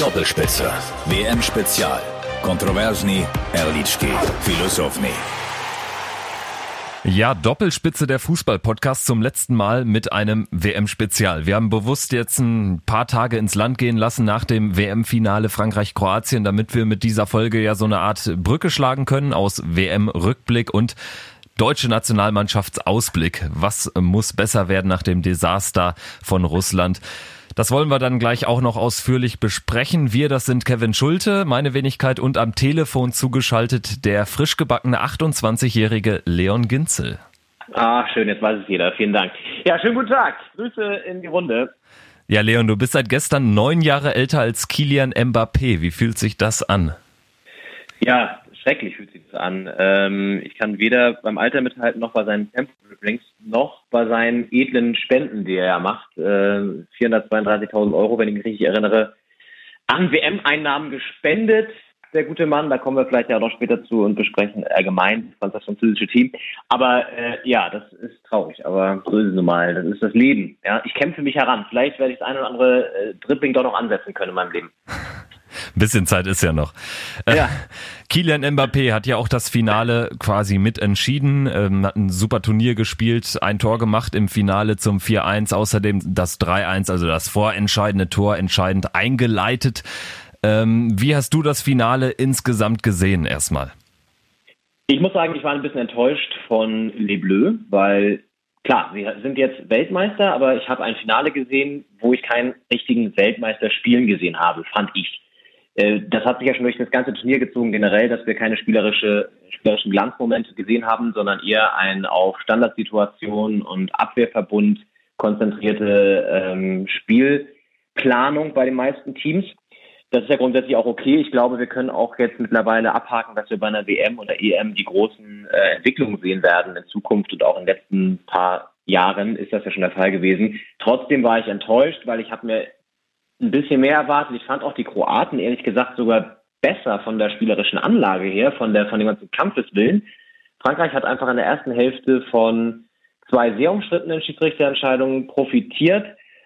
Doppelspitze. WM-Spezial. Kontroversni, Erlički, Filosofni. Ja, Doppelspitze, der Fußball-Podcast zum letzten Mal mit einem WM-Spezial. Wir haben bewusst jetzt ein paar Tage ins Land gehen lassen nach dem WM-Finale Frankreich-Kroatien, damit wir mit dieser Folge ja so eine Art Brücke schlagen können aus WM-Rückblick und deutsche Nationalmannschaftsausblick. Was muss besser werden nach dem Desaster von Russland? Das wollen wir dann gleich auch noch ausführlich besprechen. Wir, das sind Kevin Schulte, meine Wenigkeit, und am Telefon zugeschaltet der frisch gebackene 28-jährige Leon Ginzel. Ah, schön, jetzt weiß es jeder. Vielen Dank. Ja, schönen guten Tag. Grüße in die Runde. Ja, Leon, du bist seit gestern 9 Jahre älter als Kylian Mbappé. Wie fühlt sich das an? Ja, schrecklich fühlt sich das an. Ich kann weder beim Alter mithalten, noch bei seinen Tempo-Dribblings, noch bei seinen edlen Spenden, die er ja macht. 432.000 Euro, wenn ich mich richtig erinnere, an WM-Einnahmen gespendet. Der gute Mann, da kommen wir vielleicht ja noch später zu und besprechen allgemein das französische Team. Aber ja, das ist traurig, aber so ist es nun mal. Das ist das Leben. Ja, ich kämpfe mich heran. Vielleicht werde ich das eine oder andere Dribbling doch noch ansetzen können in meinem Leben. Ein bisschen Zeit ist ja noch. Ja. Kylian Mbappé hat ja auch das Finale quasi mitentschieden, hat ein super Turnier gespielt, ein Tor gemacht im Finale zum 4-1, außerdem das 3-1, also das vorentscheidende Tor entscheidend eingeleitet. Wie hast du das Finale insgesamt gesehen erstmal? Ich muss sagen, ich war ein bisschen enttäuscht von Les Bleus, weil klar, sie sind jetzt Weltmeister, aber ich habe ein Finale gesehen, wo ich keinen richtigen Weltmeister spielen gesehen habe, fand ich. Das hat sich ja schon durch das ganze Turnier gezogen generell, dass wir keine spielerischen Glanzmomente gesehen haben, sondern eher ein auf Standardsituationen und Abwehrverbund konzentrierte Spielplanung bei den meisten Teams. Das ist ja grundsätzlich auch okay. Ich glaube, wir können auch jetzt mittlerweile abhaken, dass wir bei einer WM oder EM die großen Entwicklungen sehen werden in Zukunft, und auch in den letzten paar Jahren ist das ja schon der Fall gewesen. Trotzdem war ich enttäuscht, weil ich habe mir ein bisschen mehr erwartet. Ich fand auch die Kroaten ehrlich gesagt sogar besser von der spielerischen Anlage her, von dem ganzen Kampfeswillen. Frankreich hat einfach in der ersten Hälfte von 2 sehr umstrittenen Schiedsrichterentscheidungen profitiert.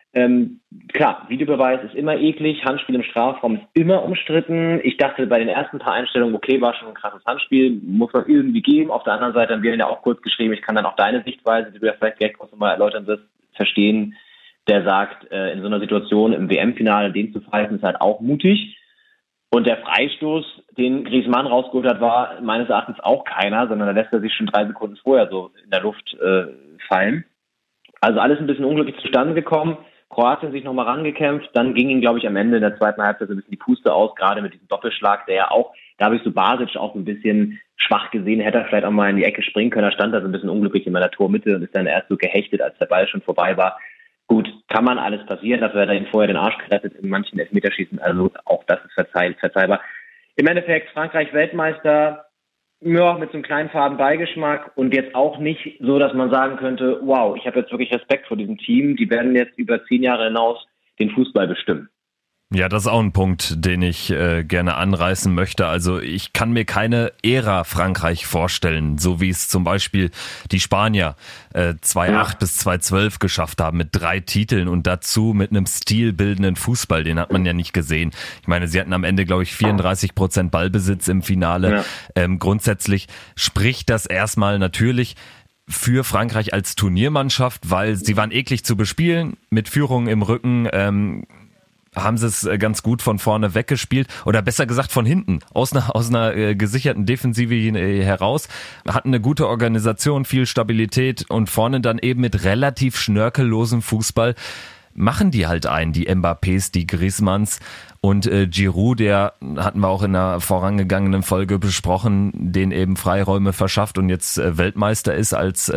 Klar, Videobeweis ist immer eklig, Handspiel im Strafraum ist immer umstritten. Ich dachte bei den ersten paar Einstellungen, okay, war schon ein krasses Handspiel, muss man irgendwie geben. Auf der anderen Seite haben wir ja auch kurz geschrieben, ich kann dann auch deine Sichtweise, die du ja vielleicht gleich kurz nochmal erläutern wirst, verstehen. Der sagt, in so einer Situation im WM-Finale den zu pfeifen, ist halt auch mutig. Und der Freistoß, den Griezmann rausgeholt hat, war meines Erachtens auch keiner, sondern da lässt er sich schon 3 Sekunden vorher so in der Luft fallen. Also alles ein bisschen unglücklich zustande gekommen. Kroatien sich nochmal rangekämpft, dann ging ihm, glaube ich, am Ende in der zweiten Halbzeit so ein bisschen die Puste aus, gerade mit diesem Doppelschlag, der ja auch, da habe ich so Basic auch ein bisschen schwach gesehen, hätte er vielleicht auch mal in die Ecke springen können, er stand da so ein bisschen unglücklich in meiner Tormitte und ist dann erst so gehechtet, als der Ball schon vorbei war. Gut, kann man alles passieren, dafür hat er ihn vorher den Arsch gerettet in manchen Elfmeterschießen, also auch das ist verzeihbar. Im Endeffekt Frankreich Weltmeister, ja, mit so einem kleinen faden Beigeschmack und jetzt auch nicht so, dass man sagen könnte, wow, ich habe jetzt wirklich Respekt vor diesem Team, die werden jetzt über 10 Jahre hinaus den Fußball bestimmen. Ja, das ist auch ein Punkt, den ich gerne anreißen möchte. Also ich kann mir keine Ära Frankreich vorstellen, so wie es zum Beispiel die Spanier 2008 bis 2012 geschafft haben mit 3 Titeln und dazu mit einem stilbildenden Fußball, den hat man ja nicht gesehen. Ich meine, sie hatten am Ende, glaube ich, 34% Ballbesitz im Finale. Ja. Grundsätzlich spricht das erstmal natürlich für Frankreich als Turniermannschaft, weil sie waren eklig zu bespielen, mit Führung im Rücken, haben sie es ganz gut von vorne weggespielt oder besser gesagt von hinten, aus einer gesicherten Defensive heraus, hatten eine gute Organisation, viel Stabilität und vorne dann eben mit relativ schnörkellosem Fußball machen die halt die Mbappés, die Griezmanns und Giroud, der hatten wir auch in einer vorangegangenen Folge besprochen, den eben Freiräume verschafft und jetzt Weltmeister ist als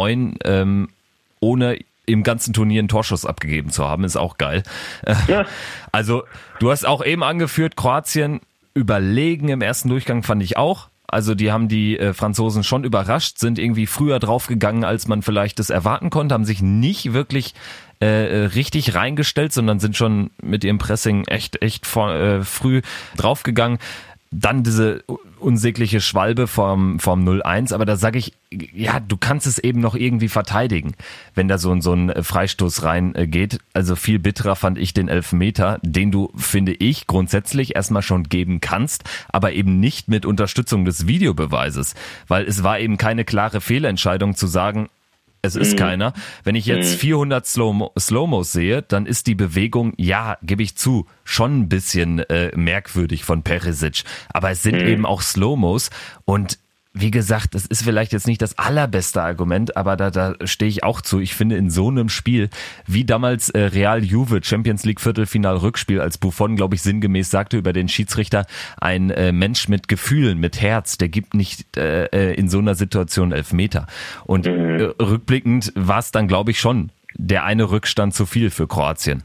9, ohne im ganzen Turnier einen Torschuss abgegeben zu haben, ist auch geil. Ja. Also du hast auch eben angeführt, Kroatien überlegen im ersten Durchgang, fand ich auch. Also die haben die Franzosen schon überrascht, sind irgendwie früher draufgegangen, als man vielleicht das erwarten konnte, haben sich nicht wirklich richtig reingestellt, sondern sind schon mit ihrem Pressing echt früh draufgegangen. Dann diese unsägliche Schwalbe vom 0-1, aber da sage ich, ja, du kannst es eben noch irgendwie verteidigen, wenn da so ein Freistoß reingeht. Also viel bitterer fand ich den Elfmeter, den du, finde ich, grundsätzlich erstmal schon geben kannst, aber eben nicht mit Unterstützung des Videobeweises, weil es war eben keine klare Fehlentscheidung zu sagen, es ist keiner. Wenn ich jetzt 400 Slow-Mos sehe, dann ist die Bewegung, ja, gebe ich zu, schon ein bisschen merkwürdig von Perisic. Aber es sind eben auch Slow-Mos und wie gesagt, das ist vielleicht jetzt nicht das allerbeste Argument, aber da stehe ich auch zu. Ich finde, in so einem Spiel, wie damals Real Juve, Champions League Viertelfinal-Rückspiel, als Buffon, glaube ich, sinngemäß sagte über den Schiedsrichter, ein Mensch mit Gefühlen, mit Herz, der gibt nicht in so einer Situation Elfmeter. Und rückblickend war es dann, glaube ich, schon der eine Rückstand zu viel für Kroatien.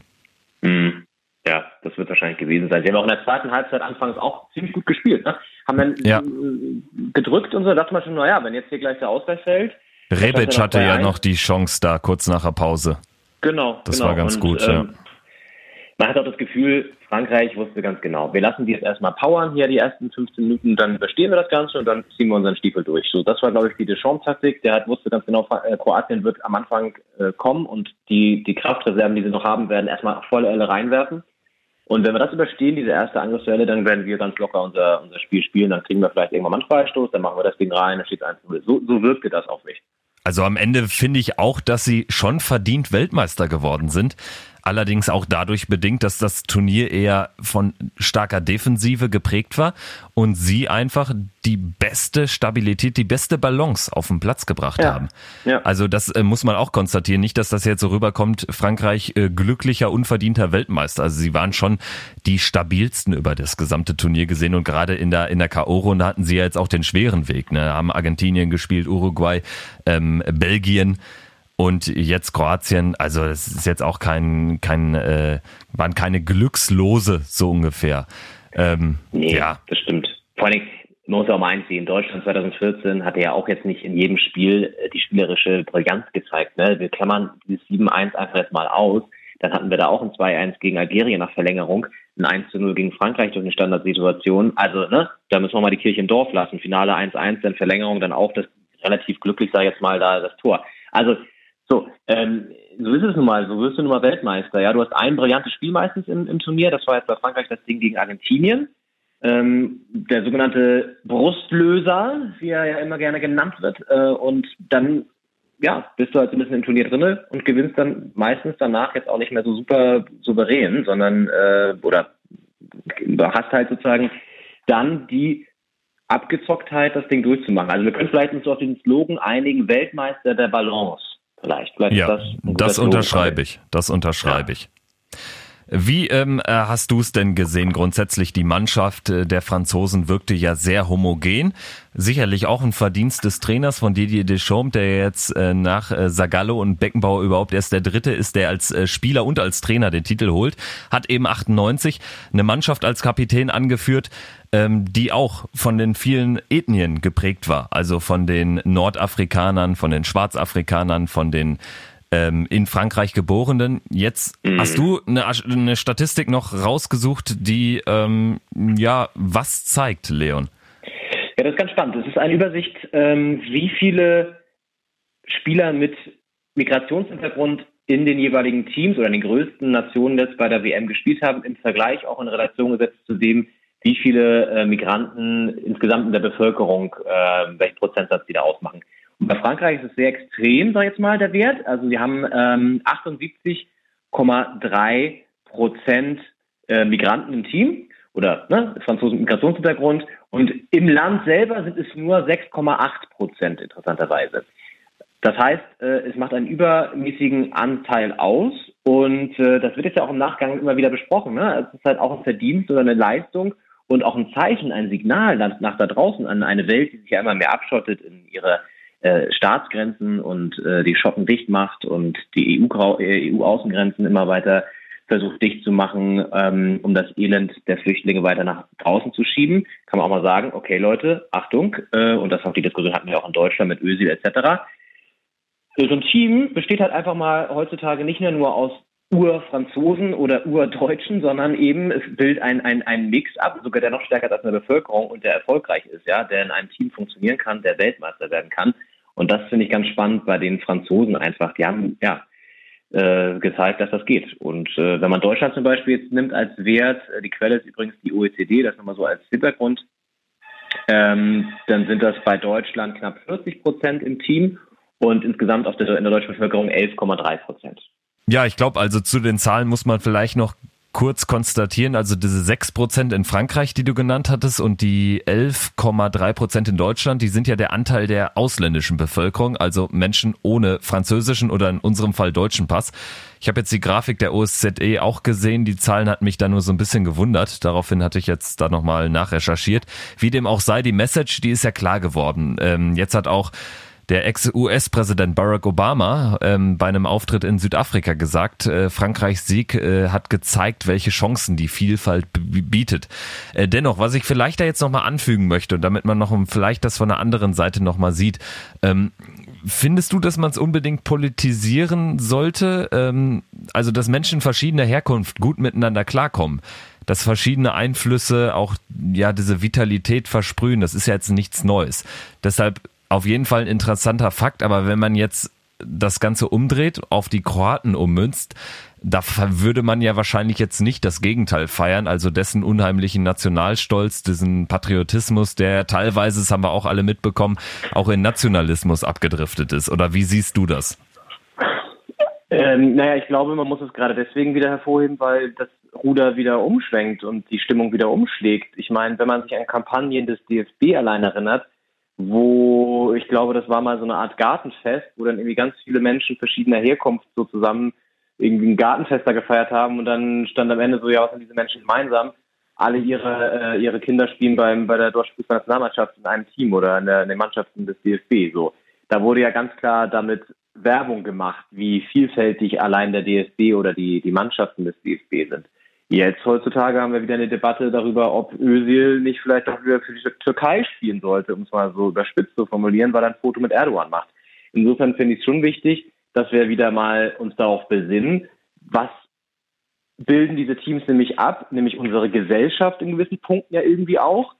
Ja, das wird wahrscheinlich gewesen sein. Sie haben auch in der zweiten Halbzeit anfangs auch ziemlich gut gespielt, ne? Haben dann gedrückt und so, dachte man schon, naja, wenn jetzt hier gleich der Ausgleich fällt. Rebic hatte ja noch die Chance da, kurz nach der Pause. Genau. Das war ganz gut, ja. Man hat auch das Gefühl, Frankreich wusste ganz genau, wir lassen die jetzt erstmal powern hier die ersten 15 Minuten, dann überstehen wir das Ganze und dann ziehen wir unseren Stiefel durch. So, das war, glaube ich, die Deschamps-Taktik. Der wusste ganz genau, Kroatien wird am Anfang kommen und die Kraftreserven, die sie noch haben, werden erstmal volle Elle reinwerfen. Und wenn wir das überstehen, diese erste Angriffswelle, dann werden wir ganz locker unser Spiel spielen, dann kriegen wir vielleicht irgendwann mal einen Freistoß, dann machen wir das Ding rein, dann steht es 1-0. So wirkte das auf mich. Also am Ende finde ich auch, dass sie schon verdient Weltmeister geworden sind. Allerdings auch dadurch bedingt, dass das Turnier eher von starker Defensive geprägt war und sie einfach die beste Stabilität, die beste Balance auf den Platz gebracht haben. Ja. Also das muss man auch konstatieren. Nicht, dass das jetzt so rüberkommt, Frankreich glücklicher, unverdienter Weltmeister. Also sie waren schon die stabilsten über das gesamte Turnier gesehen und gerade in der K.O.-Runde hatten sie ja jetzt auch den schweren Weg. Ne? Haben Argentinien gespielt, Uruguay, Belgien. Und jetzt Kroatien, also das ist jetzt auch waren keine Glückslose, so ungefähr. Nee, ja. Das stimmt. Vor allem, man muss auch mal einsehen, Deutschland 2014 hatte ja auch jetzt nicht in jedem Spiel die spielerische Brillanz gezeigt. Ne? Wir klammern dieses 7-1 einfach jetzt mal aus. Dann hatten wir da auch ein 2-1 gegen Algerien nach Verlängerung, ein 1-0 gegen Frankreich durch eine Standardsituation. Also, ne, da müssen wir mal die Kirche im Dorf lassen. Finale 1-1, dann Verlängerung, dann auch das relativ glücklich, sag ich jetzt mal, da das Tor. Also, so ist es nun mal, so wirst du nun mal Weltmeister. Ja, du hast ein brillantes Spiel meistens im Turnier, das war jetzt bei Frankreich das Ding gegen Argentinien. Der sogenannte Brustlöser, wie er ja immer gerne genannt wird. Und dann, ja, bist du halt so ein bisschen im Turnier drinne und gewinnst dann meistens danach jetzt auch nicht mehr so super souverän, sondern oder hast halt sozusagen dann die Abgezocktheit, das Ding durchzumachen. Also wir können vielleicht uns auf den Slogan einigen, Weltmeister der Balance. Vielleicht ja, das unterschreibe ich. Wie hast du es denn gesehen? Grundsätzlich die Mannschaft der Franzosen wirkte ja sehr homogen. Sicherlich auch ein Verdienst des Trainers von Didier Deschamps, der jetzt nach Zagallo und Beckenbauer überhaupt erst der Dritte ist, der als Spieler und als Trainer den Titel holt. Hat eben 98 eine Mannschaft als Kapitän angeführt, die auch von den vielen Ethnien geprägt war. Also von den Nordafrikanern, von den Schwarzafrikanern, von den in Frankreich Geborenen. Jetzt hast du eine Statistik noch rausgesucht, die was zeigt, Leon? Ja, das ist ganz spannend. Das ist eine Übersicht, wie viele Spieler mit Migrationshintergrund in den jeweiligen Teams oder in den größten Nationen jetzt bei der WM gespielt haben, im Vergleich auch in Relation gesetzt zu dem, wie viele Migranten insgesamt in der Bevölkerung, welchen Prozentsatz die da ausmachen. Und bei Frankreich ist es sehr extrem, sag ich jetzt mal, der Wert. Also wir haben 78,3% Migranten im Team oder Franzosen mit Migrationshintergrund. Und im Land selber sind es nur 6,8%, interessanterweise. Das heißt, es macht einen übermäßigen Anteil aus und das wird jetzt ja auch im Nachgang immer wieder besprochen. Ne? Es ist halt auch ein Verdienst oder eine Leistung und auch ein Zeichen, ein Signal nach da draußen an eine Welt, die sich ja immer mehr abschottet in ihre Staatsgrenzen und die Schotten dicht macht und die EU-Außengrenzen immer weiter versucht dicht zu machen, um das Elend der Flüchtlinge weiter nach draußen zu schieben. Kann man auch mal sagen, okay Leute, Achtung, und das auch die Diskussion hatten wir auch in Deutschland mit Özil etc. So ein Team besteht halt einfach mal heutzutage nicht mehr nur aus Ur-Franzosen oder Ur-Deutschen, sondern eben es bildet ein Mix ab, sogar der noch stärker ist als eine Bevölkerung und der erfolgreich ist, ja, der in einem Team funktionieren kann, der Weltmeister werden kann. Und das finde ich ganz spannend bei den Franzosen einfach. Die haben gezeigt, dass das geht. Und wenn man Deutschland zum Beispiel jetzt nimmt als Wert, die Quelle ist übrigens die OECD, das nochmal so als Hintergrund, dann sind das bei Deutschland knapp 40% im Team und insgesamt in der deutschen Bevölkerung 11,3%. Ja, ich glaube, also zu den Zahlen muss man vielleicht noch kurz konstatieren, also diese 6% in Frankreich, die du genannt hattest, und die 11,3% in Deutschland, die sind ja der Anteil der ausländischen Bevölkerung, also Menschen ohne französischen oder in unserem Fall deutschen Pass. Ich habe jetzt die Grafik der OSZE auch gesehen, die Zahlen hatten mich da nur so ein bisschen gewundert, daraufhin hatte ich jetzt da nochmal nachrecherchiert. Wie dem auch sei, die Message, die ist ja klar geworden. Jetzt hat auch der Ex-US-Präsident Barack Obama bei einem Auftritt in Südafrika gesagt, Frankreichs Sieg hat gezeigt, welche Chancen die Vielfalt bietet. Dennoch, was ich vielleicht da jetzt nochmal anfügen möchte, und damit man noch vielleicht das von der anderen Seite nochmal sieht, findest du, dass man es unbedingt politisieren sollte? Also, dass Menschen verschiedener Herkunft gut miteinander klarkommen, dass verschiedene Einflüsse auch diese Vitalität versprühen, das ist ja jetzt nichts Neues. Deshalb auf jeden Fall ein interessanter Fakt, aber wenn man jetzt das Ganze umdreht, auf die Kroaten ummünzt, da würde man ja wahrscheinlich jetzt nicht das Gegenteil feiern, also dessen unheimlichen Nationalstolz, diesen Patriotismus, der teilweise, das haben wir auch alle mitbekommen, auch in Nationalismus abgedriftet ist. Oder wie siehst du das? Ich glaube, man muss es gerade deswegen wieder hervorheben, weil das Ruder wieder umschwenkt und die Stimmung wieder umschlägt. Ich meine, wenn man sich an Kampagnen des DFB allein erinnert, wo ich glaube, das war mal so eine Art Gartenfest, wo dann irgendwie ganz viele Menschen verschiedener Herkunft so zusammen irgendwie ein Gartenfest da gefeiert haben und dann stand am Ende so, ja, was haben diese Menschen gemeinsam? Alle ihre Kinder spielen bei der deutschen Fußballnationalmannschaft in einem Team oder in den Mannschaften des DFB. So, da wurde ja ganz klar damit Werbung gemacht, wie vielfältig allein der DFB oder die Mannschaften des DFB sind. Jetzt heutzutage haben wir wieder eine Debatte darüber, ob Özil nicht vielleicht auch wieder für die Türkei spielen sollte, um es mal so überspitzt zu formulieren, weil er ein Foto mit Erdogan macht. Insofern finde ich es schon wichtig, dass wir wieder mal uns darauf besinnen, was bilden diese Teams nämlich ab, nämlich unsere Gesellschaft in gewissen Punkten ja irgendwie auch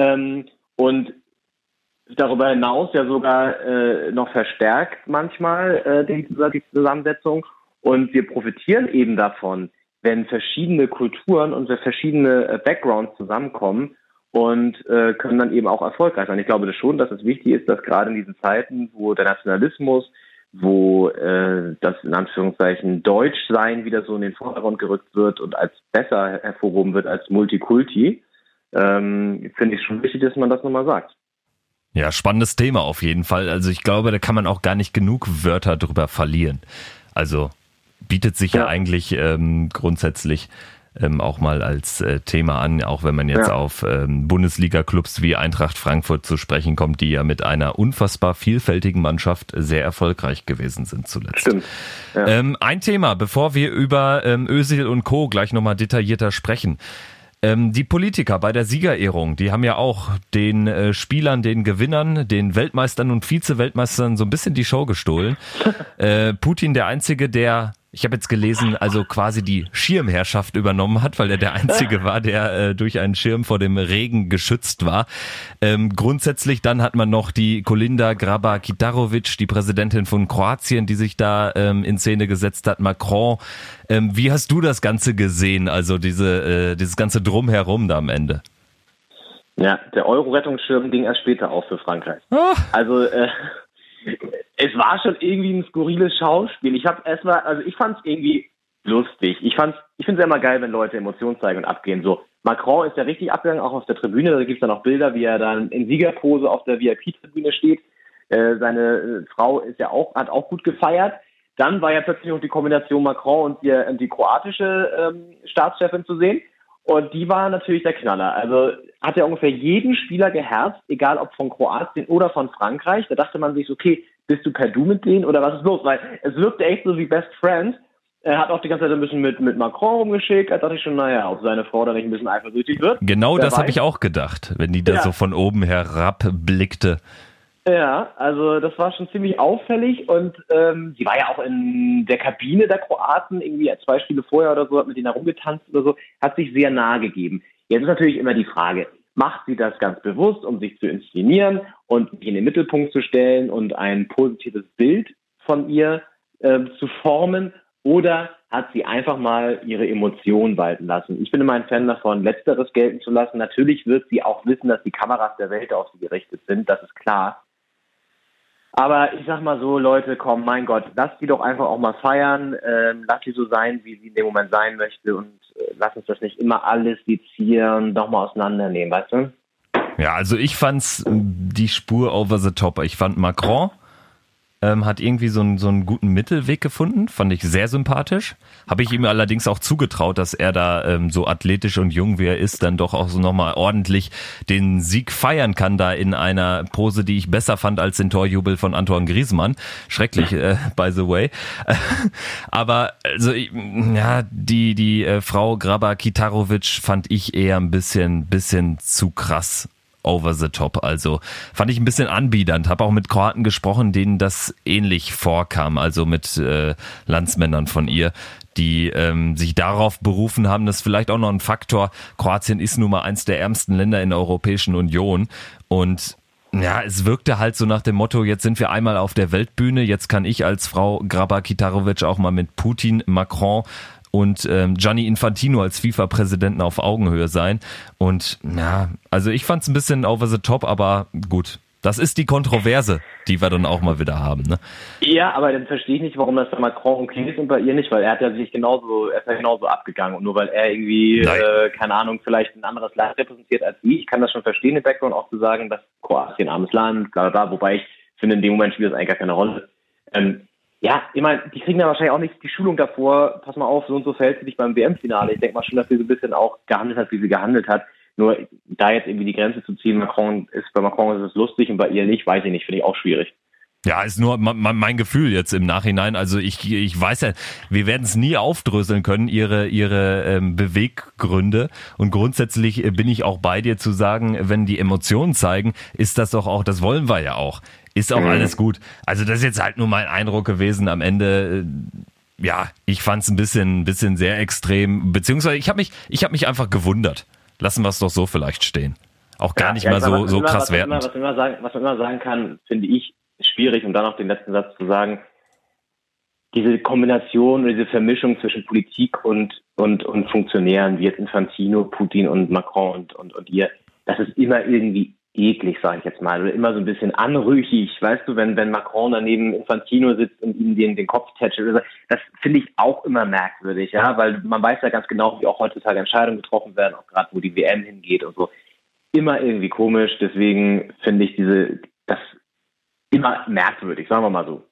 und darüber hinaus ja sogar noch verstärkt manchmal die Zusammensetzung, und wir profitieren eben davon, wenn verschiedene Kulturen und verschiedene Backgrounds zusammenkommen und können dann eben auch erfolgreich sein. Ich glaube schon, dass es wichtig ist, dass gerade in diesen Zeiten, wo der Nationalismus, wo das in Anführungszeichen Deutschsein wieder so in den Vordergrund gerückt wird und als besser hervorgehoben wird als Multikulti, finde ich schon wichtig, dass man das nochmal sagt. Ja, spannendes Thema auf jeden Fall. Also ich glaube, da kann man auch gar nicht genug Wörter drüber verlieren. Also bietet sich ja eigentlich grundsätzlich auch mal als Thema an, auch wenn man jetzt auf Bundesliga-Clubs wie Eintracht Frankfurt zu sprechen kommt, die ja mit einer unfassbar vielfältigen Mannschaft sehr erfolgreich gewesen sind zuletzt. Stimmt. Ja. Ein Thema, bevor wir über Özil und Co. gleich nochmal detaillierter sprechen. Die Politiker bei der Siegerehrung, die haben ja auch den Spielern, den Gewinnern, den Weltmeistern und Vize-Weltmeistern so ein bisschen die Show gestohlen. Putin der Einzige, der, ich habe jetzt gelesen, also quasi die Schirmherrschaft übernommen hat, weil er der Einzige war, der durch einen Schirm vor dem Regen geschützt war. Grundsätzlich dann hat man noch die Kolinda Grabar-Kitarovic, die Präsidentin von Kroatien, die sich da in Szene gesetzt hat, Macron. Wie hast du das Ganze gesehen, also dieses ganze Drumherum da am Ende? Ja, der Euro-Rettungsschirm ging erst später auf für Frankreich. Also es war schon irgendwie ein skurriles Schauspiel. Ich fand es irgendwie lustig. Ich finde es ja immer geil, wenn Leute Emotionen zeigen und abgehen. So, Macron ist ja richtig abgegangen, auch auf der Tribüne. Da gibt es dann auch Bilder, wie er dann in Siegerpose auf der VIP-Tribüne steht. Seine Frau hat auch gut gefeiert. Dann war ja plötzlich noch die Kombination Macron und die kroatische Staatschefin zu sehen. Und die war natürlich der Knaller. Also hat ja ungefähr jeden Spieler geherzt, egal ob von Kroatien oder von Frankreich. Da dachte man sich, okay, bist du per Du mit denen oder was ist los? Weil es wirkte echt so wie Best Friends. Er hat auch die ganze Zeit ein bisschen mit Macron rumgeschickt. Da dachte ich schon, naja, ob seine Frau da nicht ein bisschen eifersüchtig wird. Genau, das habe ich auch gedacht, wenn die da so von oben herab blickte. Ja, also das war schon ziemlich auffällig und sie war ja auch in der Kabine der Kroaten, irgendwie 2 Spiele vorher oder so, hat mit denen herumgetanzt oder so, hat sich sehr nahe gegeben. Jetzt ist natürlich immer die Frage, macht sie das ganz bewusst, um sich zu inszenieren und mich in den Mittelpunkt zu stellen und ein positives Bild von ihr zu formen, oder hat sie einfach mal ihre Emotionen walten lassen? Ich bin immer ein Fan davon, Letzteres gelten zu lassen. Natürlich wird sie auch wissen, dass die Kameras der Welt auf sie gerichtet sind, das ist klar. Aber ich sag mal so, Leute, komm, mein Gott, lasst sie doch einfach auch mal feiern, lasst sie so sein, wie sie in dem Moment sein möchte und lasst uns das nicht immer alles sezieren, doch mal auseinandernehmen, weißt du? Ja, also ich fand's die Spur over the top. Ich fand Macron hat irgendwie so einen guten Mittelweg gefunden, fand ich sehr sympathisch. Habe ich ihm allerdings auch zugetraut, dass er da so athletisch und jung wie er ist, dann doch auch so nochmal ordentlich den Sieg feiern kann, da in einer Pose, die ich besser fand als den Torjubel von Antoine Griezmann. Schrecklich, by the way. Aber also ja, die Frau Grabar-Kitarovic fand ich eher ein bisschen zu krass over the top, also fand ich ein bisschen anbiedernd, habe auch mit Kroaten gesprochen, denen das ähnlich vorkam, also mit Landsmännern von ihr, die sich darauf berufen haben, das ist vielleicht auch noch ein Faktor, Kroatien ist nun mal eins der ärmsten Länder in der Europäischen Union und ja, es wirkte halt so nach dem Motto, jetzt sind wir einmal auf der Weltbühne, jetzt kann ich als Frau Grabar-Kitarovic auch mal mit Putin, Macron und Gianni Infantino als FIFA-Präsidenten auf Augenhöhe sein. Und ja, also ich fand's ein bisschen over the top, aber gut. Das ist die Kontroverse, die wir dann auch mal wieder haben, ne? Ja, aber dann verstehe ich nicht, warum das bei Macron okay ist und bei ihr nicht, weil er ist ja genauso abgegangen. Und nur weil er irgendwie, keine Ahnung, vielleicht ein anderes Land repräsentiert als ich kann das schon verstehen, im Background auch zu sagen, dass Kroatien ein armes Land, bla bla bla, wobei ich finde, in dem Moment spielt das eigentlich gar keine Rolle. Ja, ich meine, die kriegen da wahrscheinlich auch nicht die Schulung davor, pass mal auf, so und so verhältst du dich beim WM-Finale. Ich denke mal schon, dass sie so ein bisschen auch gehandelt hat, wie sie gehandelt hat. Nur da jetzt irgendwie die Grenze zu ziehen, bei Macron ist es lustig und bei ihr nicht, weiß ich nicht, finde ich auch schwierig. Ja, ist nur mein Gefühl jetzt im Nachhinein. Also ich weiß ja, wir werden es nie aufdröseln können, ihre Beweggründe. Und grundsätzlich bin ich auch bei dir zu sagen, wenn die Emotionen zeigen, ist das doch auch, das wollen wir ja auch. Ist auch alles gut. Also das ist jetzt halt nur mein Eindruck gewesen am Ende. Ja, ich fand es ein bisschen sehr extrem. Beziehungsweise ich hab mich einfach gewundert. Lassen wir es doch so vielleicht stehen. Auch gar nicht mal so krass wertend. Was man immer sagen kann, finde ich, schwierig, um dann noch den letzten Satz zu sagen, diese Kombination oder diese Vermischung zwischen Politik und Funktionären, wie jetzt Infantino, Putin und Macron und ihr, das ist immer irgendwie eklig, sage ich jetzt mal, oder immer so ein bisschen anrüchig, weißt du, wenn Macron daneben Infantino sitzt und ihm den Kopf tätschelt, oder so, das finde ich auch immer merkwürdig, ja, weil man weiß ja ganz genau, wie auch heutzutage Entscheidungen getroffen werden, auch gerade wo die WM hingeht und so, immer irgendwie komisch, deswegen finde ich das immer merkwürdig, sagen wir mal so.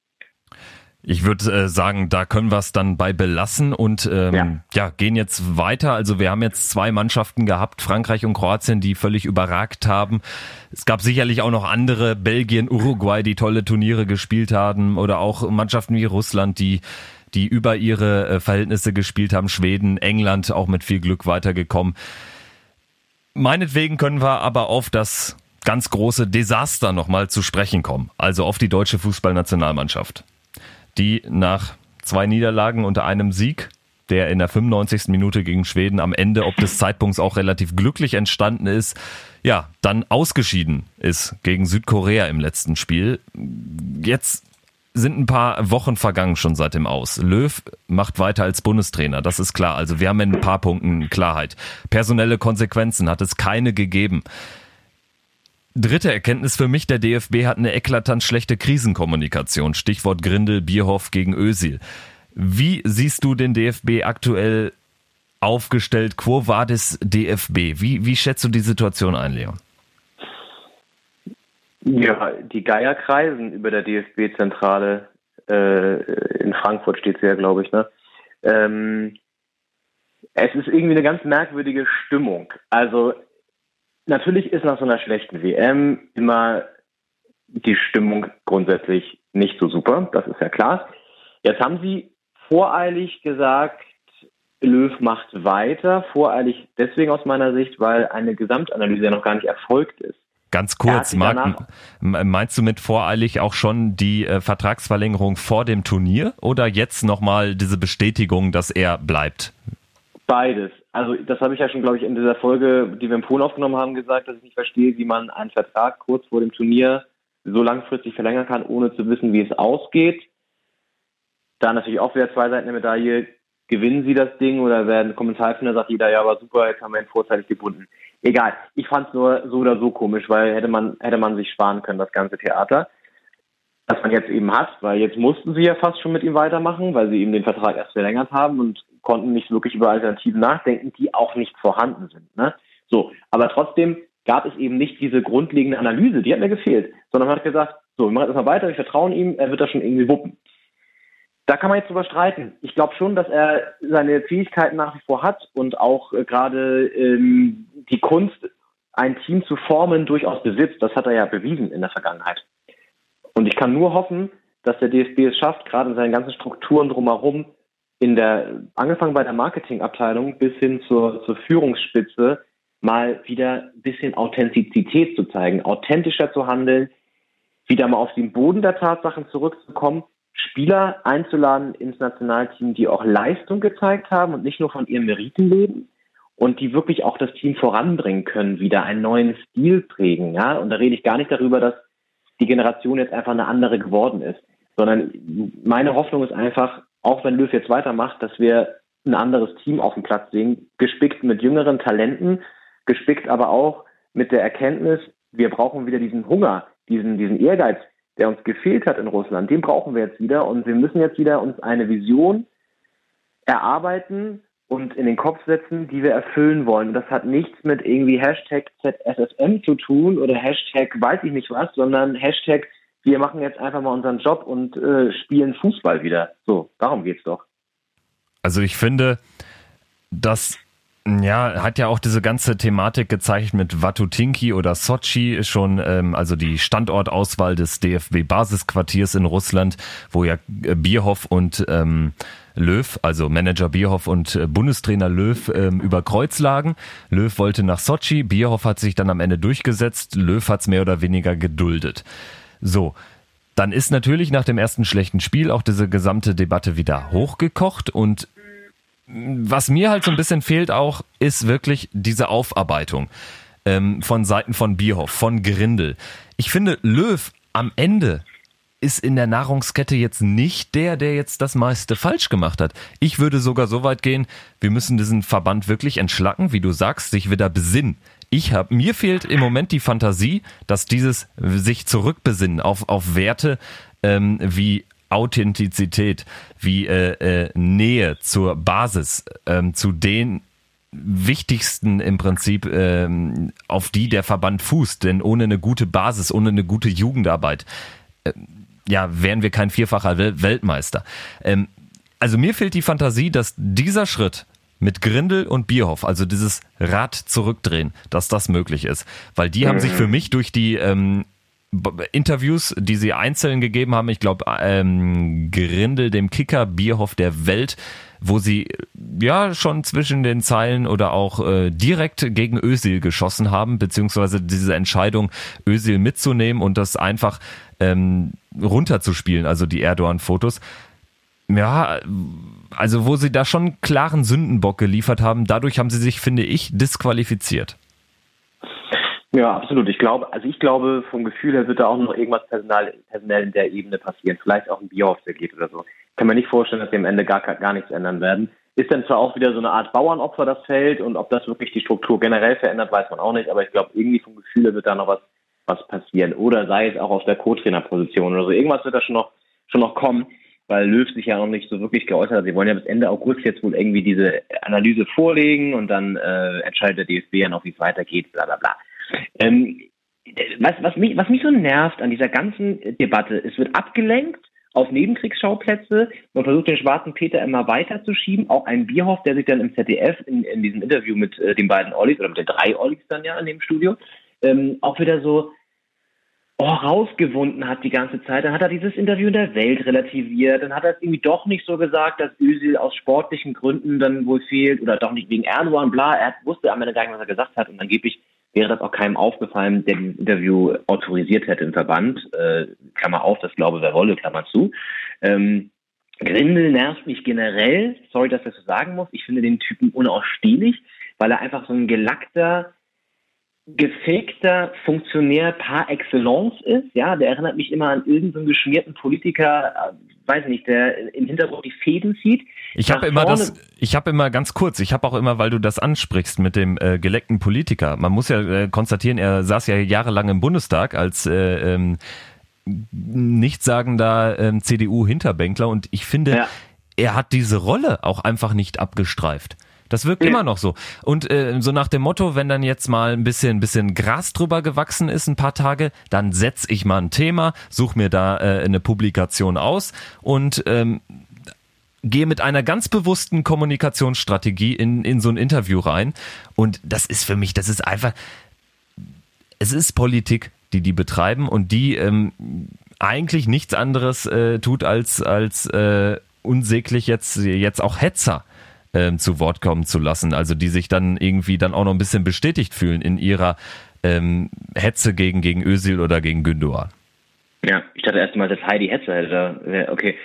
Ich würde sagen, da können wir es dann bei belassen und gehen jetzt weiter. Also wir haben jetzt 2 Mannschaften gehabt, Frankreich und Kroatien, die völlig überragt haben. Es gab sicherlich auch noch andere, Belgien, Uruguay, die tolle Turniere gespielt haben oder auch Mannschaften wie Russland, die über ihre Verhältnisse gespielt haben, Schweden, England auch mit viel Glück weitergekommen. Meinetwegen können wir aber auf das ganz große Desaster nochmal zu sprechen kommen, also auf die deutsche Fußballnationalmannschaft, die nach 2 Niederlagen und einem Sieg, der in der 95. Minute gegen Schweden am Ende, ob des Zeitpunkts auch relativ glücklich entstanden ist, ja, dann ausgeschieden ist gegen Südkorea im letzten Spiel. Jetzt sind ein paar Wochen vergangen schon seit dem Aus. Löw macht weiter als Bundestrainer, das ist klar. Also wir haben in ein paar Punkten Klarheit. Personelle Konsequenzen hat es keine gegeben. Dritte Erkenntnis für mich, der DFB hat eine eklatant schlechte Krisenkommunikation. Stichwort Grindel, Bierhoff gegen Özil. Wie siehst du den DFB aktuell aufgestellt? Quo vadis DFB? Wie schätzt du die Situation ein, Leon? Ja, die Geier kreisen über der DFB-Zentrale. In Frankfurt steht sie ja, glaube ich, ne? Es ist irgendwie eine ganz merkwürdige Stimmung. Also natürlich ist nach so einer schlechten WM immer die Stimmung grundsätzlich nicht so super, das ist ja klar. Jetzt haben sie voreilig gesagt, Löw macht weiter, voreilig deswegen aus meiner Sicht, weil eine Gesamtanalyse ja noch gar nicht erfolgt ist. Ganz kurz, Marc, meinst du mit voreilig auch schon die Vertragsverlängerung vor dem Turnier oder jetzt nochmal diese Bestätigung, dass er bleibt? Beides. Also das habe ich ja schon, glaube ich, in dieser Folge, die wir in Polen aufgenommen haben, gesagt, dass ich nicht verstehe, wie man einen Vertrag kurz vor dem Turnier so langfristig verlängern kann, ohne zu wissen, wie es ausgeht. Da natürlich auch wieder zwei Seiten der Medaille. Gewinnen sie das Ding oder werden Kommentarfinder, sagt jeder, ja, war super, jetzt haben wir ihn vorzeitig gebunden. Egal, ich fand es nur so oder so komisch, weil hätte man sich sparen können, das ganze Theater, das man jetzt eben hat, weil jetzt mussten sie ja fast schon mit ihm weitermachen, weil sie eben den Vertrag erst verlängert haben und konnten nicht wirklich über Alternativen nachdenken, die auch nicht vorhanden sind. Ne? So, aber trotzdem gab es eben nicht diese grundlegende Analyse, die hat mir gefehlt, sondern man hat gesagt, so, wir machen jetzt mal weiter, wir vertrauen ihm, er wird das schon irgendwie wuppen. Da kann man jetzt drüber streiten. Ich glaube schon, dass er seine Fähigkeiten nach wie vor hat und auch gerade die Kunst, ein Team zu formen, durchaus besitzt. Das hat er ja bewiesen in der Vergangenheit. Und ich kann nur hoffen, dass der DFB es schafft, gerade in seinen ganzen Strukturen drumherum, angefangen bei der Marketingabteilung bis hin zur Führungsspitze, mal wieder ein bisschen Authentizität zu zeigen, authentischer zu handeln, wieder mal auf den Boden der Tatsachen zurückzukommen, Spieler einzuladen ins Nationalteam, die auch Leistung gezeigt haben und nicht nur von ihren Meriten leben und die wirklich auch das Team voranbringen können, wieder einen neuen Stil prägen. Ja? Und da rede ich gar nicht darüber, dass die Generation jetzt einfach eine andere geworden ist, sondern meine Hoffnung ist einfach, auch wenn Löw jetzt weitermacht, dass wir ein anderes Team auf dem Platz sehen, gespickt mit jüngeren Talenten, gespickt aber auch mit der Erkenntnis, wir brauchen wieder diesen Hunger, diesen Ehrgeiz, der uns gefehlt hat in Russland, den brauchen wir jetzt wieder und wir müssen jetzt wieder uns eine Vision erarbeiten und in den Kopf setzen, die wir erfüllen wollen. Und das hat nichts mit irgendwie Hashtag ZSSM zu tun oder Hashtag weiß ich nicht was, sondern Hashtag wir machen jetzt einfach mal unseren Job und spielen Fußball wieder. So, darum geht's doch. Also ich finde, das hat ja auch diese ganze Thematik gezeigt mit Watutinki oder Sochi schon, also die Standortauswahl des DFB-Basisquartiers in Russland, wo ja Bierhoff und Löw, also Manager Bierhoff und Bundestrainer Löw über Kreuz lagen. Löw wollte nach Sochi, Bierhoff hat sich dann am Ende durchgesetzt, Löw hat es mehr oder weniger geduldet. So, dann ist natürlich nach dem ersten schlechten Spiel auch diese gesamte Debatte wieder hochgekocht und was mir halt so ein bisschen fehlt auch, ist wirklich diese Aufarbeitung von Seiten von Bierhoff, von Grindel. Ich finde, Löw am Ende ist in der Nahrungskette jetzt nicht der jetzt das meiste falsch gemacht hat. Ich würde sogar so weit gehen, wir müssen diesen Verband wirklich entschlacken, wie du sagst, sich wieder besinnen. Mir fehlt im Moment die Fantasie, dass dieses sich zurückbesinnen auf Werte wie Authentizität, wie Nähe zur Basis, zu den wichtigsten im Prinzip, auf die der Verband fußt. Denn ohne eine gute Basis, ohne eine gute Jugendarbeit, wären wir kein vierfacher Weltmeister. Also mir fehlt die Fantasie, dass dieser Schritt mit Grindel und Bierhoff, also dieses Rad zurückdrehen, dass das möglich ist. Weil die haben sich für mich durch die Interviews, die sie einzeln gegeben haben, ich glaube Grindel dem Kicker, Bierhoff der Welt, wo sie ja schon zwischen den Zeilen oder auch direkt gegen Özil geschossen haben, beziehungsweise diese Entscheidung, Özil mitzunehmen und das einfach runterzuspielen, also die Erdogan-Fotos. Ja, also wo sie da schon einen klaren Sündenbock geliefert haben, dadurch haben sie sich, finde ich, disqualifiziert. Ja, absolut. Ich glaube, vom Gefühl her wird da auch noch irgendwas personell in der Ebene passieren. Vielleicht auch ein Bierhoff, der geht oder so. Kann mir nicht vorstellen, dass wir am Ende gar nichts ändern werden. Ist dann zwar auch wieder so eine Art Bauernopfer, das Feld, und ob das wirklich die Struktur generell verändert, weiß man auch nicht, aber ich glaube, irgendwie vom Gefühl her wird da noch was passieren. Oder sei es auch auf der Co-Trainer-Position oder so. Irgendwas wird da schon noch kommen, weil Löw sich ja noch nicht so wirklich geäußert hat. Sie wollen ja bis Ende August jetzt wohl irgendwie diese Analyse vorlegen und dann entscheidet der DFB ja noch, wie es weitergeht, bla bla bla. Was mich so nervt an dieser ganzen Debatte, es wird abgelenkt auf Nebenkriegsschauplätze, man versucht den schwarzen Peter immer weiterzuschieben, auch ein Bierhoff, der sich dann im ZDF in diesem Interview mit den beiden Ollis, oder mit den 3 Ollis dann ja in dem Studio, auch wieder so rausgewunden hat die ganze Zeit. Dann hat er dieses Interview in der Welt relativiert, dann hat er es irgendwie doch nicht so gesagt, dass Özil aus sportlichen Gründen dann wohl fehlt oder doch nicht wegen Erdogan, bla, er wusste am Ende gar nicht, was er gesagt hat und angeblich wäre das auch keinem aufgefallen, der dieses Interview autorisiert hätte im Verband. Klammer auf, das glaube wer wolle, Klammer zu. Grindel nervt mich generell, sorry, dass ich das so sagen muss. Ich finde den Typen unausstehlich, weil er einfach so ein gelackter, gefakter Funktionär par excellence ist. Ja, der erinnert mich immer an irgendeinen geschmierten Politiker, weiß nicht, der im Hintergrund die Fäden zieht. Ich habe immer ganz kurz, weil du das ansprichst mit dem geleckten Politiker. Man muss ja konstatieren, er saß ja jahrelang im Bundestag als nichtssagender CDU-Hinterbänkler und ich finde, er hat diese Rolle auch einfach nicht abgestreift. Das wirkt immer noch so. Und so nach dem Motto, wenn dann jetzt mal ein bisschen Gras drüber gewachsen ist, ein paar Tage, dann setze ich mal ein Thema, suche mir da eine Publikation aus und gehe mit einer ganz bewussten Kommunikationsstrategie in so ein Interview rein. Und das ist für mich, es ist Politik, die betreiben und die eigentlich nichts anderes tut, als unsäglich jetzt auch Hetzer zu Wort kommen zu lassen, also die sich dann irgendwie dann auch noch ein bisschen bestätigt fühlen in ihrer Hetze gegen Özil oder gegen Gündoğan. Ja, ich dachte erst mal, dass Heidi Hetzer hätte. Okay.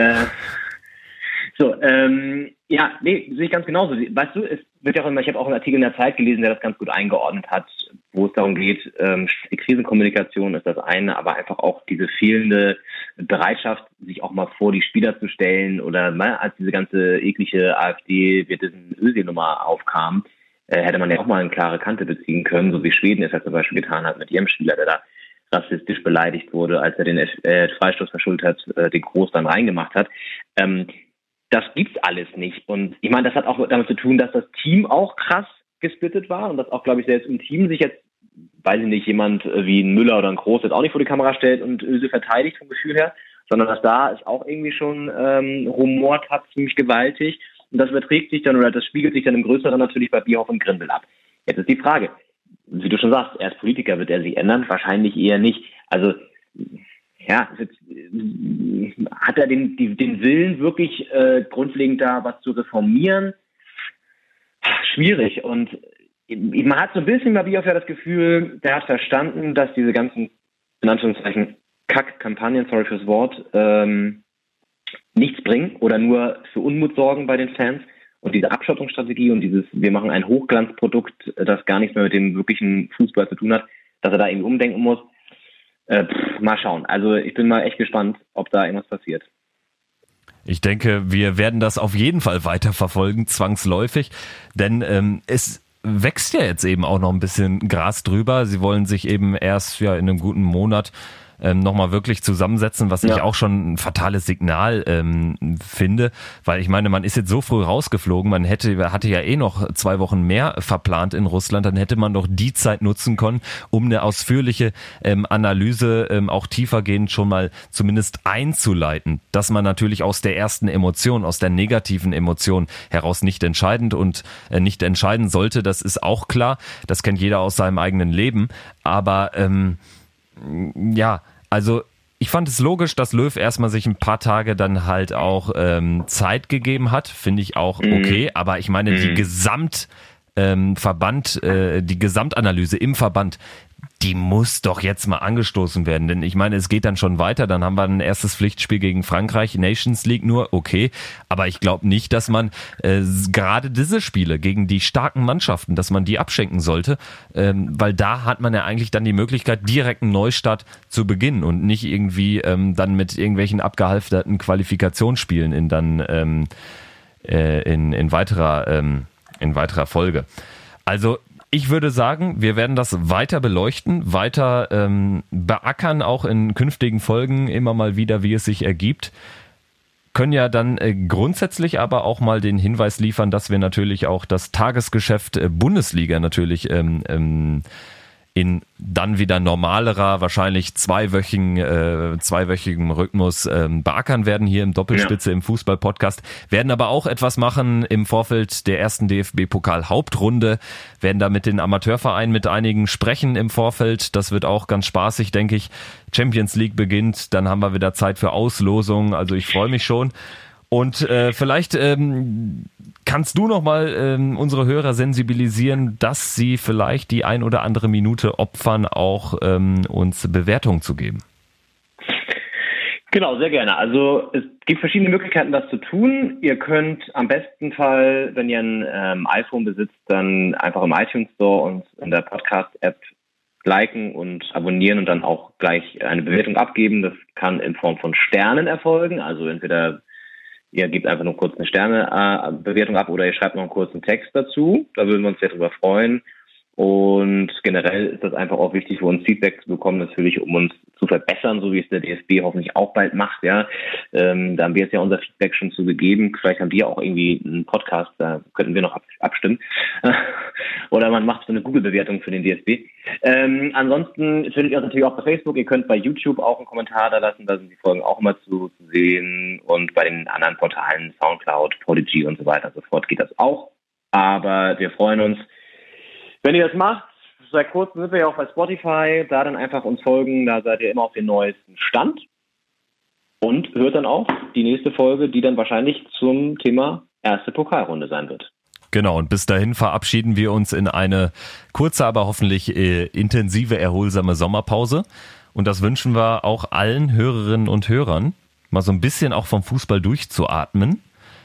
Sehe ich ganz genauso. Weißt du, es wird ja auch immer, ich habe auch einen Artikel in der Zeit gelesen, der das ganz gut eingeordnet hat, wo es darum geht, die Krisenkommunikation ist das eine, aber einfach auch diese fehlende Bereitschaft, sich auch mal vor die Spieler zu stellen oder als diese ganze eklige AfD, wir diesen Özil-Nummer aufkam, hätte man ja auch mal eine klare Kante beziehen können, so wie Schweden es ja zum Beispiel getan hat mit ihrem Spieler, der da rassistisch beleidigt wurde, als er den Freistoß verschuldet hat, den Groß dann reingemacht hat. Das gibt's alles nicht. Und ich meine, das hat auch damit zu tun, dass das Team auch krass gesplittet war und dass auch, glaube ich, selbst im Team sich jetzt, weiß ich nicht, jemand wie ein Müller oder ein Groß jetzt auch nicht vor die Kamera stellt und Özil verteidigt vom Gefühl her, sondern dass da es auch irgendwie schon rumort hat, ziemlich gewaltig. Und das überträgt sich dann oder das spiegelt sich dann im Größeren natürlich bei Bierhoff und Grindel ab. Jetzt ist die Frage, wie du schon sagst, er als Politiker, wird er sich ändern? Wahrscheinlich eher nicht. Also ja, hat er den Willen wirklich grundlegend da was zu reformieren? Schwierig. Und man hat so ein bisschen bei Bierhoff ja das Gefühl, der hat verstanden, dass diese ganzen, in Anführungszeichen, Kack-Kampagnen, sorry fürs Wort, nichts bringen oder nur für Unmut sorgen bei den Fans. Und diese Abschottungsstrategie und dieses, wir machen ein Hochglanzprodukt, das gar nichts mehr mit dem wirklichen Fußball zu tun hat, dass er da irgendwie umdenken muss. Mal schauen. Also ich bin mal echt gespannt, ob da irgendwas passiert. Ich denke, wir werden das auf jeden Fall weiterverfolgen, zwangsläufig, denn es wächst ja jetzt eben auch noch ein bisschen Gras drüber. Sie wollen sich eben erst in einem guten Monat nochmal wirklich zusammensetzen, was ich auch schon ein fatales Signal finde, weil ich meine, man ist jetzt so früh rausgeflogen, man hatte ja noch 2 Wochen mehr verplant in Russland, dann hätte man doch die Zeit nutzen können, um eine ausführliche Analyse auch tiefergehend schon mal zumindest einzuleiten, dass man natürlich aus der ersten Emotion, aus der negativen Emotion heraus nicht entscheiden sollte, das ist auch klar, das kennt jeder aus seinem eigenen Leben, aber also ich fand es logisch, dass Löw erstmal sich ein paar Tage dann halt auch Zeit gegeben hat, finde ich auch okay, aber ich meine, die die Gesamtanalyse im Verband, die muss doch jetzt mal angestoßen werden, denn ich meine, es geht dann schon weiter, dann haben wir ein erstes Pflichtspiel gegen Frankreich, Nations League nur, okay, aber ich glaube nicht, dass man gerade diese Spiele gegen die starken Mannschaften, dass man die abschenken sollte, weil da hat man ja eigentlich dann die Möglichkeit, direkt einen Neustart zu beginnen und nicht irgendwie dann mit irgendwelchen abgehalfterten Qualifikationsspielen in weiterer Folge. Also ich würde sagen, wir werden das weiter beleuchten, weiter beackern, auch in künftigen Folgen immer mal wieder, wie es sich ergibt. Können ja dann grundsätzlich aber auch mal den Hinweis liefern, dass wir natürlich auch das Tagesgeschäft Bundesliga natürlich in dann wieder normalerer, wahrscheinlich zweiwöchigem Rhythmus beackern werden hier im Doppelspitze im Fußball-Podcast, werden aber auch etwas machen im Vorfeld der ersten DFB-Pokal-Hauptrunde, werden da mit den Amateurvereinen mit einigen sprechen im Vorfeld, das wird auch ganz spaßig, denke ich. Champions League beginnt, dann haben wir wieder Zeit für Auslosungen, also ich freue mich schon. Und vielleicht kannst du nochmal unsere Hörer sensibilisieren, dass sie vielleicht die ein oder andere Minute opfern, auch uns Bewertungen zu geben. Genau, sehr gerne. Also es gibt verschiedene Möglichkeiten, das zu tun. Ihr könnt am besten Fall, wenn ihr ein iPhone besitzt, dann einfach im iTunes Store und in der Podcast-App liken und abonnieren und dann auch gleich eine Bewertung abgeben. Das kann in Form von Sternen erfolgen. Also entweder ihr gebt einfach nur kurz eine Sterne-Bewertung ab oder ihr schreibt noch einen kurzen Text dazu. Da würden wir uns sehr drüber freuen. Und generell ist das einfach auch wichtig für uns, Feedback zu bekommen, natürlich, um uns zu verbessern, so wie es der DFB hoffentlich auch bald macht. Ja, da haben wir jetzt ja unser Feedback schon zu gegeben. Vielleicht haben die ja auch irgendwie einen Podcast, da könnten wir noch abstimmen. Oder man macht so eine Google-Bewertung für den DFB. Ansonsten findet ihr uns natürlich auch bei Facebook. Ihr könnt bei YouTube auch einen Kommentar da lassen. Da sind die Folgen auch immer zu sehen. Und bei den anderen Portalen, Soundcloud, Podigy und so weiter und so fort geht das auch. Aber wir freuen uns, wenn ihr das macht. Seit kurzem sind wir ja auch bei Spotify, da dann einfach uns folgen, da seid ihr immer auf dem neuesten Stand und hört dann auch die nächste Folge, die dann wahrscheinlich zum Thema erste Pokalrunde sein wird. Genau, und bis dahin verabschieden wir uns in eine kurze, aber hoffentlich intensive, erholsame Sommerpause. Und das wünschen wir auch allen Hörerinnen und Hörern, mal so ein bisschen auch vom Fußball durchzuatmen,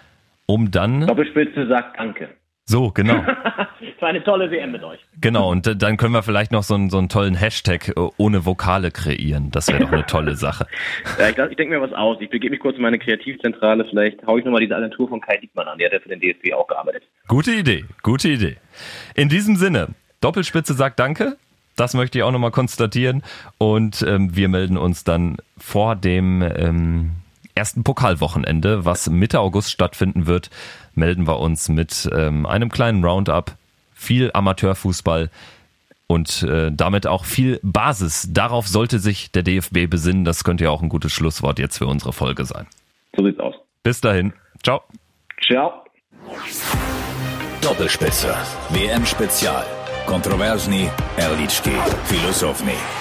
um dann... Doppelspitze sagt Danke. So, genau. Es war eine tolle WM mit euch. Genau, und dann können wir vielleicht noch so einen tollen Hashtag ohne Vokale kreieren. Das wäre doch eine tolle Sache. Ja, ich denke mir was aus. Ich begebe mich kurz in meine Kreativzentrale. Vielleicht haue ich nochmal diese Agentur von Kai Diekmann an. Der hat ja für den DFB auch gearbeitet. Gute Idee, gute Idee. In diesem Sinne, Doppelspitze sagt Danke. Das möchte ich auch nochmal konstatieren. Und wir melden uns dann vor dem ersten Pokalwochenende, was Mitte August stattfinden wird, melden wir uns mit einem kleinen Roundup, viel Amateurfußball und damit auch viel Basis. Darauf sollte sich der DFB besinnen. Das könnte ja auch ein gutes Schlusswort jetzt für unsere Folge sein. So sieht's aus. Bis dahin. Ciao. Ciao. Doppelspitze. WM Spezial. Kontroversni, Erlički, Filosofni.